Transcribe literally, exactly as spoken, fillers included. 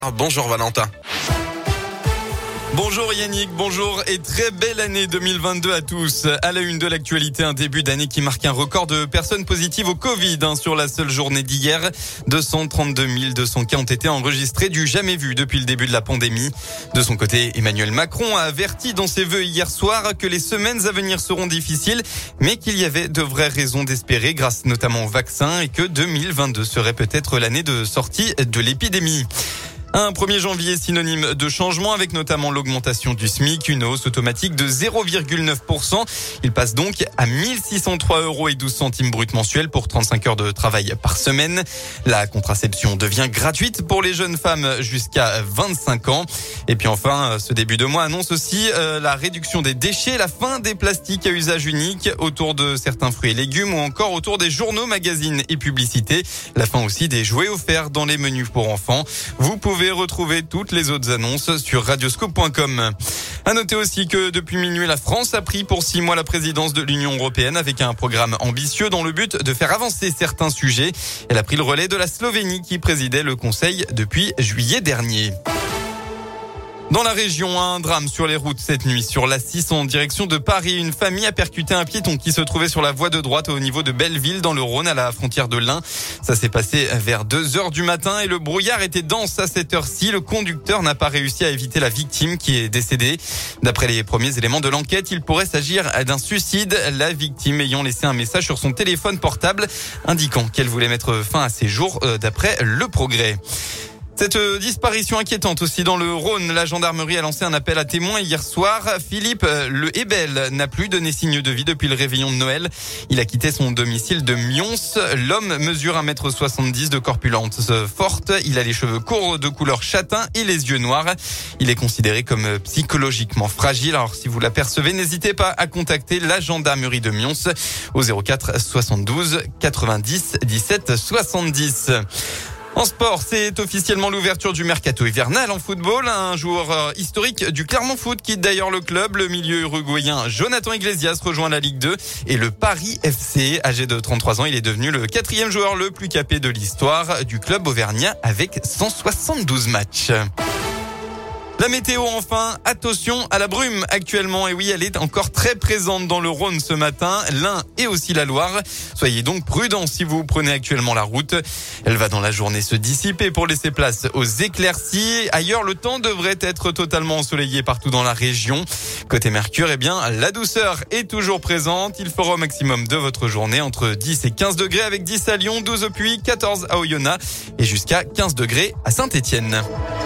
Bonjour Valentin. Bonjour Yannick, bonjour et très belle année deux mille vingt-deux à tous. À la une de l'actualité, un début d'année qui marque un record de personnes positives au Covid. Hein, sur la seule journée d'hier, deux cent trente-deux mille deux cents cas ont été enregistrés, du jamais vu depuis le début de la pandémie. De son côté, Emmanuel Macron a averti dans ses vœux hier soir que les semaines à venir seront difficiles, mais qu'il y avait de vraies raisons d'espérer grâce notamment au vaccin et que deux mille vingt-deux serait peut-être l'année de sortie de l'épidémie. Un premier janvier synonyme de changement avec notamment l'augmentation du SMIC, une hausse automatique de zéro virgule neuf pour cent. Il passe donc à mille six cent trois euros et douze centimes brut mensuels pour trente-cinq heures de travail par semaine. La contraception devient gratuite pour les jeunes femmes jusqu'à vingt-cinq ans. Et puis enfin, ce début de mois annonce aussi euh, la réduction des déchets, la fin des plastiques à usage unique autour de certains fruits et légumes ou encore autour des journaux, magazines et publicités. La fin aussi des jouets offerts dans les menus pour enfants. Vous pouvez retrouver toutes les autres annonces sur radioscope point com. À noter aussi que depuis minuit, la France a pris pour six mois la présidence de l'Union européenne avec un programme ambitieux dans le but de faire avancer certains sujets. Elle a pris le relais de la Slovénie qui présidait le Conseil depuis juillet dernier. Dans la région, un drame sur les routes cette nuit. Sur l'A six en direction de Paris, une famille a percuté un piéton qui se trouvait sur la voie de droite au niveau de Belleville dans le Rhône à la frontière de l'Ain. Ça s'est passé vers deux heures du matin et le brouillard était dense à cette heure-ci. Le conducteur n'a pas réussi à éviter la victime qui est décédée. D'après les premiers éléments de l'enquête, il pourrait s'agir d'un suicide, la victime ayant laissé un message sur son téléphone portable indiquant qu'elle voulait mettre fin à ses jours d'après Le Progrès. Cette disparition inquiétante aussi dans le Rhône. La gendarmerie a lancé un appel à témoins hier soir. Philippe Le Hébel n'a plus donné signe de vie depuis le réveillon de Noël. Il a quitté son domicile de Mions. L'homme mesure un mètre soixante-dix de corpulence forte. Il a les cheveux courts de couleur châtain et les yeux noirs. Il est considéré comme psychologiquement fragile. Alors si vous l'apercevez, n'hésitez pas à contacter la gendarmerie de Mions au zéro quatre soixante-douze quatre-vingt-dix dix-sept soixante-dix. En sport, c'est officiellement l'ouverture du mercato hivernal en football. Un joueur historique du Clermont Foot quitte d'ailleurs le club. Le milieu uruguayen Jonathan Iglesias rejoint la Ligue deux et le Paris F C. Âgé de trente-trois ans, il est devenu le quatrième joueur le plus capé de l'histoire du club auvergnat avec cent soixante-douze matchs. La météo enfin, attention à la brume actuellement. Et oui, elle est encore très présente dans le Rhône ce matin, l'Ain et aussi la Loire. Soyez donc prudents si vous prenez actuellement la route. Elle va dans la journée se dissiper pour laisser place aux éclaircies. Ailleurs, le temps devrait être totalement ensoleillé partout dans la région. Côté Mercure, eh bien, la douceur est toujours présente. Il fera au maximum de votre journée entre dix et quinze degrés avec dix à Lyon, douze au Puy, quatorze à Oyonnax et jusqu'à quinze degrés à Saint-Étienne.